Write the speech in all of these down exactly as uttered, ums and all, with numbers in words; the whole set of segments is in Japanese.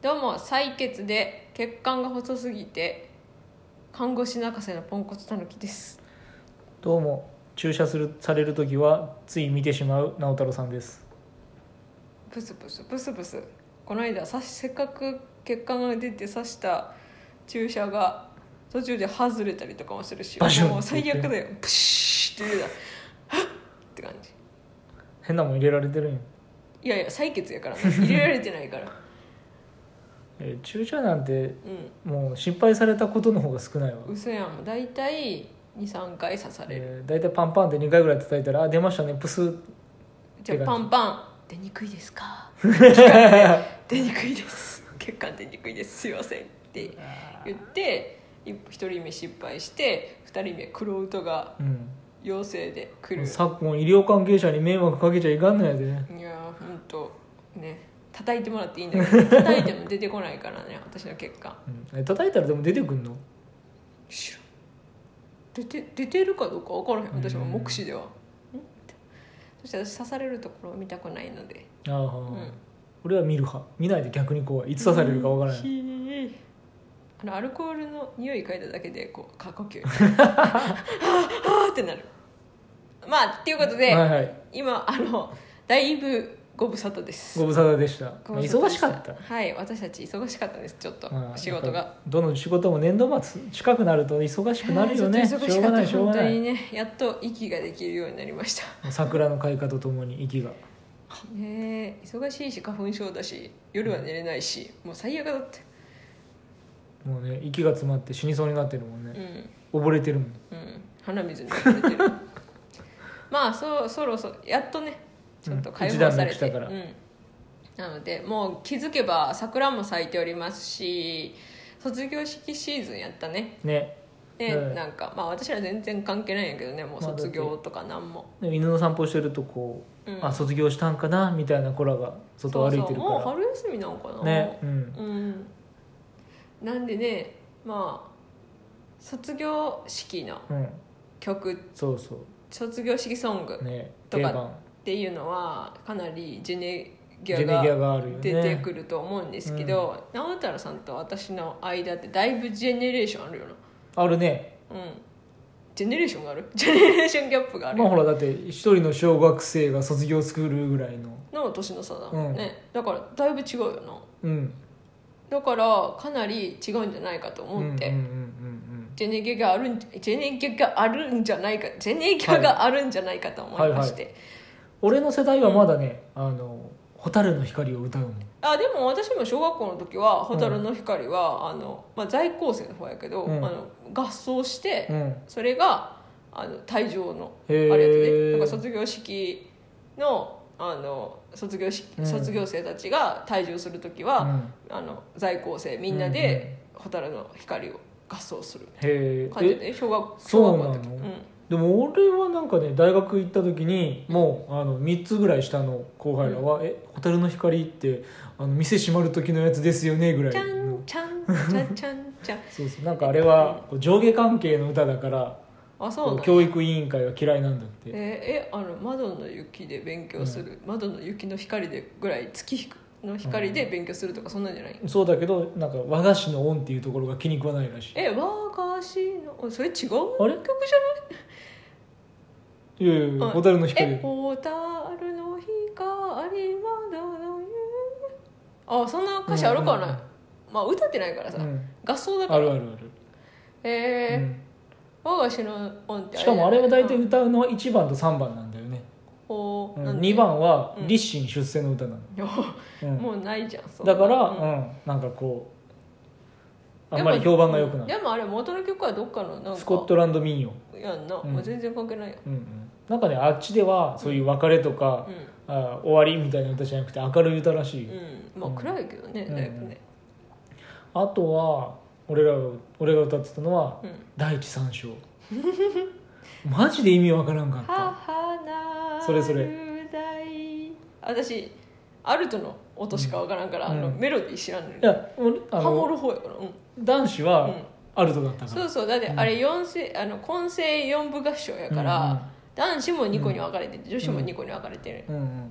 どうも採血で血管が細すぎて看護師泣かせのポンコツたぬきです。 どうも注射するされるときはつい見てしまう直太朗さんです。 ブスブスブスブス。この間させっかく血管が出て刺した注射が途中で外れたりとかもするし、もう最悪だよ。プシーって言うだはっって感じ。 変なもん入れられてるんや。 いやいや採血やから入れられてないからえ注射なんて、 うん、 もう失敗されたことの方が少ないわ。 嘘やん。だいたい にさんかい刺される、 えー、だいたいパンパンってにかいぐらい叩いたらあ出ましたねプスッ。 じゃあパンパン出にくいですか出にくいです血管出にくいですすいませんって言ってひとりめ失敗してふたりめクロウトが陽性で来る、 うん、昨今医療関係者に迷惑かけちゃいかんのやで。いやほんとね叩いてもらっていいんだけど叩いても出てこないからね私の血管、 うん、叩いたらでも出てくんの？ 知らん。出て出てるかどうか分からへん私も目視では、うん、そして私刺されるところを見たくないので、 あ、うん、俺は見る派。見ないで逆に怖い。いつ刺されるか分からない、うん、 あのアルコールの匂い嗅いだだけでこう過呼吸はぁってなる。まあっていうことで、 はいはい、 今あのだいぶご無沙汰です。 ご無沙汰でした。 でした。 忙しかった。 はい、私たち忙しかったです。ちょっと仕事がどの仕事も年度末近くなると忙しくなるよね。 しょうがないしょうがない。本当にね、やっと息ができるようになりました。 桜の開花とともに息がね、忙しいし花粉症だし夜は寝れないし、もう最悪だって。 もうね息が詰まって死にそうになってるもんね、うん、溺れてるもん、 うん、鼻水に溺れてるまあそそろそろやっとねちょっと解放されて、うん、うん、なのでもう気づけば桜も咲いておりますし卒業式シーズンやったね。 ねね、うん、なんかまあ私ら全然関係ないんやけどね、もう卒業とかなんも、 まあ、犬の散歩してるとこう、うん、あ卒業したんかなみたいな子らが外歩いてるから、 そうそうもう春休みなんかなね、うん、 うん、なんでね、まあ卒業式の曲、うん、 そうそう卒業式ソングとかっていうのはかなりジェネギャが出てくると思うんですけど、直太朗さんと私の間ってだいぶジェネレーションあるよな。 あるね、 うん、ジェネレーションがあるジェネレーションギャップがある、 まあほらだって一人の小学生が卒業スクールぐらいのの年の差だもんね、うん、だからだいぶ違うよな、 うん、 だからかなり違うんじゃないかと思って、ジェネギャがあるんジェネギャがあるんじゃないかジェネギャがあるんじゃないかと思いまして、はいはいはい、 俺の世代はまだね、うん、あの蛍の光を歌うの。 あでも私も小学校の時は蛍の光は、うん、あのまあ、在校生の方やけど、うん、あの合奏して、うん、それがあの退場のあれやってね、なんか卒業式のあの卒業式、うん、卒業生たちが退場する時は、うん、あの在校生みんなで蛍の光を合奏する感じで、小学小学校の時。 でも俺はなんかね大学行った時にもうあのみっつぐらい下の後輩らは「うん、え蛍の光ってあの店閉まる時のやつですよね」ぐらい。 ちゃんちゃんちゃんちゃんちゃんそうそう、なんかあれは上下関係の歌だからあそう教育委員会は嫌いなんだって。 えー、えあの窓の雪で勉強する、うん、窓の雪の光でぐらい月の光で勉強するとかそんなんじゃない、 うん、そうだけどなんか和菓子の音っていうところが気に食わないらしい。 え和菓子のそれ違うあれ曲じゃない？ いやいや蛍の光。 え蛍の光窓の湯あそんな歌詞あるかな、うんうんうん、まあ歌ってないからさ、うん、合奏だから。 あるあるある。 へえ、うん、和菓子の音ってあれしかもあれは大体歌うのはいちばんとさんばんなんだよね、 うん、 にばんは立身出世の歌なの、 うん、もうないじゃんそんなだから、うんうん、なんかこうあんまり評判が良くない。 でもあれ元の曲はどっかのなんかスコットランド民謡やんな、うん、全然関係ないやん、 うんうん、なんかねあっちではそういう別れとか、うん、あ終わりみたいな歌じゃなくて明るい歌らしい、 うん、まあ暗いけどね、うん、だいぶね、 うん、あとは俺ら俺が歌ってたのは、うん、第一三章マジで意味わからんかった。それそれ私アルトの音しかわからんから、うん、あのメロディー知らんのに。 いや俺あのハモる方やから、うん、 男子はアルトだったから、 そうそうだってあれ四声、あの混声四部合唱やから、うんうん、男子もにこに分かれてて、うん、女子もにこに分かれてる、 うんうん、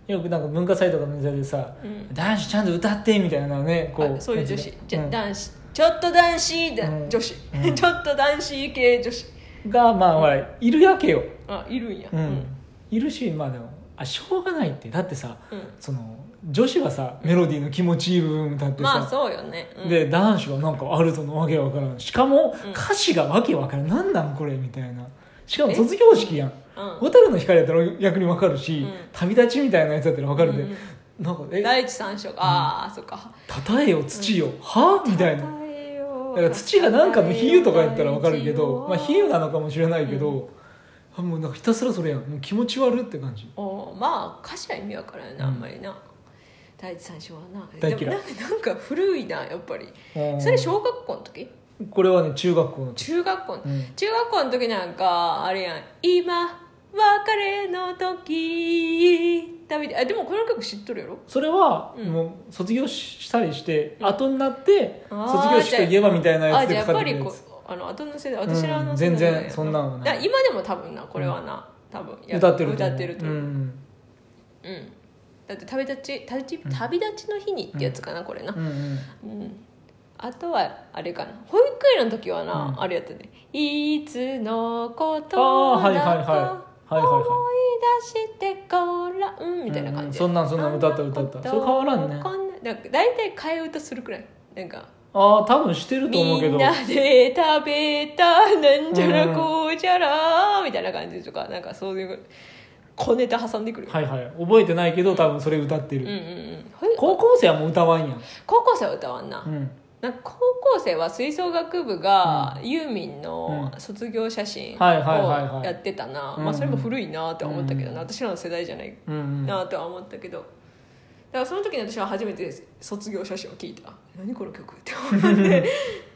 よくなんか文化祭とかのネタでさ、うん、男子ちゃんと歌ってみたいなねこうそういう女子、じゃ、うん、男子ちょっと男子だ、うん、女子、うん、ちょっと男子系女子がまあほら、うん、いるわけよ。 あいるんや、 うんうん、いるしまあでもあしょうがないってだってさ、うん、その女子はさメロディーの気持ちいい部分歌ってさ、 まあそうよね、 うん、で男子はなんかアルトのわけわからんしかも歌詞がわけわからん、うん、なんなんこれみたいなしかも卒業式やん蛍の光やったら逆にわかるし、うん、旅立ちみたいなやつやったらわかるで、うん、なんかえ第一三章、うん、ああそっかたたえよ土よ、うん、はみたいなだから土がなんかの比喩とかやったらわかるけど、まあ、比喩なのかもしれないけど、うん、あもうなんかひたすらそれやんもう気持ち悪って感じ。 おまあ歌詞は意味わからんな、うん、あんまりな第一三章はな大嫌い。 でもなんかなんか古いなやっぱり。それ小学校の時？ これはね中学校の時。 中学校、うん、中学校の時なんかあれやん今別れの時旅であでもこの曲知っとるやろ。 それは、うん、もう卒業したりして、うん、後になって卒業式といえばみたいなやつでかかってくるやつ。 あの後の世代私らの世代、 うん、全然そんなのない今でも多分なこれはな、うん、多分歌ってる歌ってると思う、 うん、 うん、だって旅立ち旅立ち、旅立ちの日にってやつかな、うん、これな、うんうんうん、あとはあれかな保育園の時はな、うん、あれやったねいつのことだか思い出してからうんみたいな感じ、 うん、そんなんそんなん歌った歌ったそれ変わらんね。 なんか大体替え歌するくらいなんかああ多分してると思うけどみんなで食べたなんちゃらこうちゃらみたいな感じとかなんかそういう小ネタ挟んでくる。 はいはい覚えてないけど多分それ歌ってる、うんうんうん、高校生はもう歌わんやん。 高校生は歌わんな、うん、なんか高校生は吹奏楽部がユーミンの卒業写真をやってたな、まあそれも古いなとは思ったけどな、私らの世代じゃないなとは思ったけど、だからその時に私は初めて卒業写真を聞いた何この曲って思って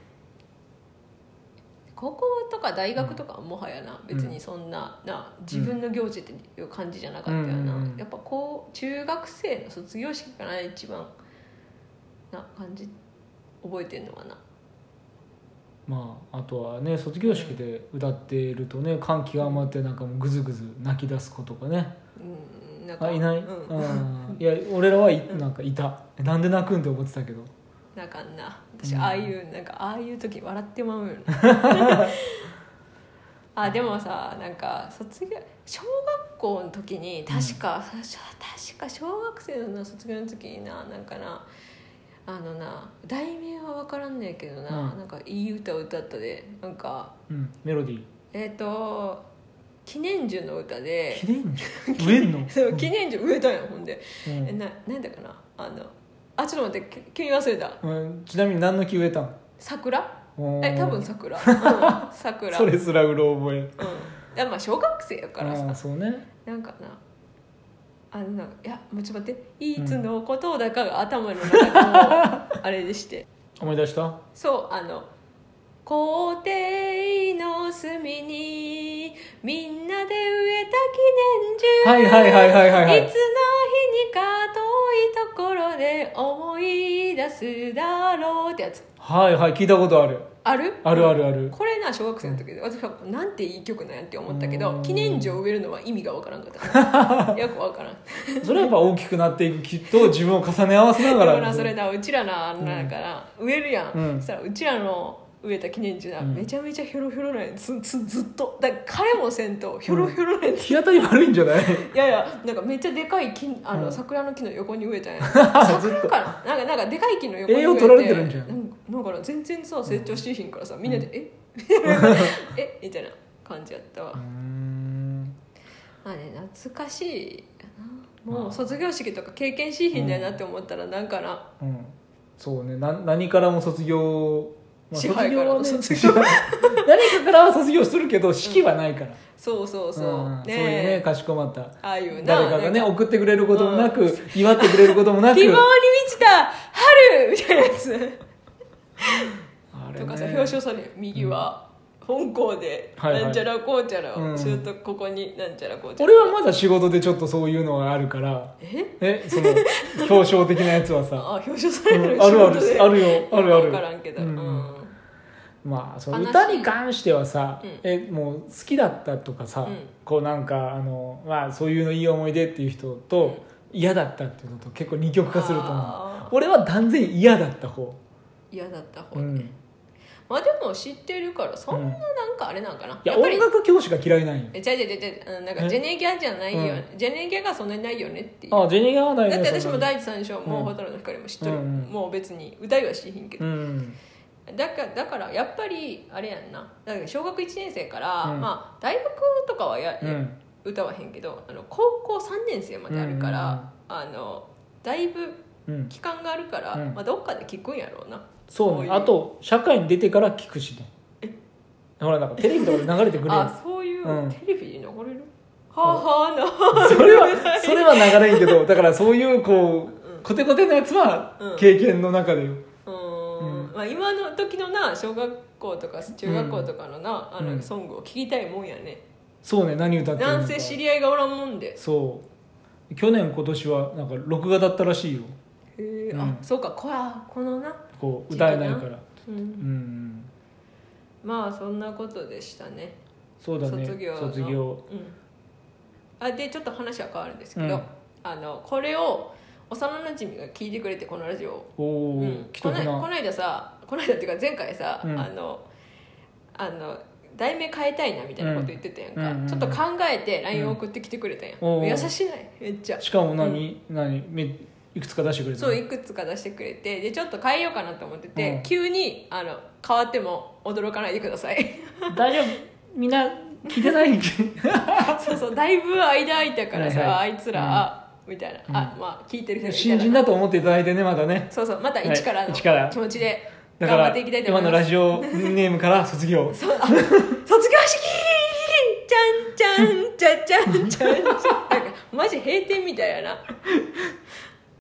高校とか大学とかはもはやな別にそんな、うん、な自分の行事っていう感じじゃなかったよな、うん、やっぱこう中学生の卒業式かな一番な感じ覚えてんのはな。 まああとはね卒業式で歌っているとね感極まってなんかもうグズグズ泣き出す子とかね、うん、なんかあいない、うん、いや俺らはいなんかいた、うん、なんで泣くんって思ってたけどなんかな私ああいう、うん、なんかああいう時笑ってまうよねあでもさなんか卒業小学校の時に確か、うん、確か小学生の卒業の時にななんかなあのな題名は分からんねんけどな、うん、なんかいい歌を歌ったでなんか、 うん、メロディーえっ、ー、と記念樹の歌で記念樹植えんのそう記念樹植えたんやほんで、うん、えななんだかなあのあちょっと待って急に忘れた、 うん、ちなみに何の木植えたん？ 桜え多分桜、うん、桜それすらうろ覚え、うん、 でまあ小学生やからさそうねなんかなあのいやもうちょっと待っていつのことだかが頭の中のあれでして思い出した？ そうあの校庭の隅にみんなで植えた記念樹はいはいはいはいはい、はい、 いつの日にか遠いところで思い出すだろうってやつはいはい聞いたことあるあるあるあるあるこれな小学生の時で私はなんていい曲なんやって思ったけど記念樹を植えるのは意味がわからんかったよくわからんそれはやっぱ大きくなっていくきっと自分を重ね合わせながらでもなそれなうちらななんかな、うん、植えるやん、うん、そしたらうちらの植えた記念樹な、うん、めちゃめちゃヒョロヒョロなんやずずずっとだから彼もせんとヒョロヒョロなんや、うん、 日当たり悪いんじゃないいやいやなんかめっちゃでかい木あの、うん、桜の木の横に植えたんや桜かななんかなんかでかい木の横に植えて栄養取られてるんじゃんだから全然さ成長していひんからさみんなで、うん、ええみたいな感じやったわ。うーんまあね懐かしいやなもう卒業式とか経験しいひんだよなって思ったらなんかな、 うんうん、そうねな何からも卒業、まあ、 支配からの卒業、 ね、何かからは卒業するけど式はないから、うん、 そうそうそう、うん、ね、 そういうねかしこまったああいうな誰かがね送ってくれることもなく、うん、祝ってくれることもなく希望に満ちた春みたいなやつあれ、ね、 とかさ表彰される右は、うん、本校でなんちゃらこうちゃらをするとここになんちゃらこうちゃら、 俺はまだ仕事でちょっとそういうのがあるからええその表彰的なやつはさあ表彰される、 うん、あるあるあるよあるある分からんけど、うんうん、 まあその歌に関してはさ、うん、えもう好きだったとかさ、うん、こうなんかあの、まあ、そういうのいい思い出っていう人と、 嫌だったっていうのと結構二極化すると思う。俺は断然嫌だった方。 嫌だった方ね、うん、まあでも知ってるからそんななんかあれなんかな、うん、 いや音楽教師が嫌いなんよ。 え、違う違う違う、なんかジェネギャじゃないよ、うん、ジェネギャがそんなにないよねっていう。 あ、ジェネギャはないね。 だって私も第一三章もう蛍の光も知ってる、うん、もう別に歌いはしひんけど、うん、だからだからやっぱりあれやんな、だから小学いちねん生から、うん、まあ大学とかはや、うん、歌わへんけど、あの高校さんねん生まであるから、うんうん、あのだいぶ期間があるから、うんまあ、どっかで聞くんやろうな。 そうね。あと社会に出てから聞くしね。えほらなんかテレビとかで流れてくるやん。 あ、そういう、うん、テレビで流れるはあはあなそれはそれは流れんけど、だからそういうこう、うん、コテコテのやつは経験の中でよ、 うんうんうんまあ、今の時のな小学校とか中学校とかのな、うん、あのソングを聴きたいもんやね。 そうね。何歌ってるのか。 なんせ知り合いがおらんもんで。 そう去年今年はなんか録画だったらしいよ。 へえ、うん、あ、そうか、こやこのなこう歌えないから、うん、うんうんまあそんなことでしたね。 そうだね。 卒業の卒業、 うん、あでちょっと話は変わるんですけど、うん、あのこれを幼なじみが聞いてくれて、このラジオお、うん、 このこの間さこの間っていうか前回さ、うん、あのあの題名変えたいなみたいなこと言ってたやんか、うんうん、ちょっと考えて ライン を送ってきてくれたやん、うん、優しいないめっちゃ。 しかも何、うん、何めいくつか出してくれたの。 そういくつか出してくれて、でちょっと変えようかなと思ってて、うん、急にあの変わっても驚かないでください大丈夫、みんな聞いてないんでそうそう、だいぶ間空いたからさ、はいはい、あいつら、うん、みたいな、うん、あまあ聞いてる人新人だと思っていただいてね、またね。 そうそう、また一からの気持ちで頑張っていきたいと思います。 今のラジオネームから卒業そうあ卒業式ちゃんちゃんちゃちゃんちゃんちゃんなんかマジ閉店みたいやな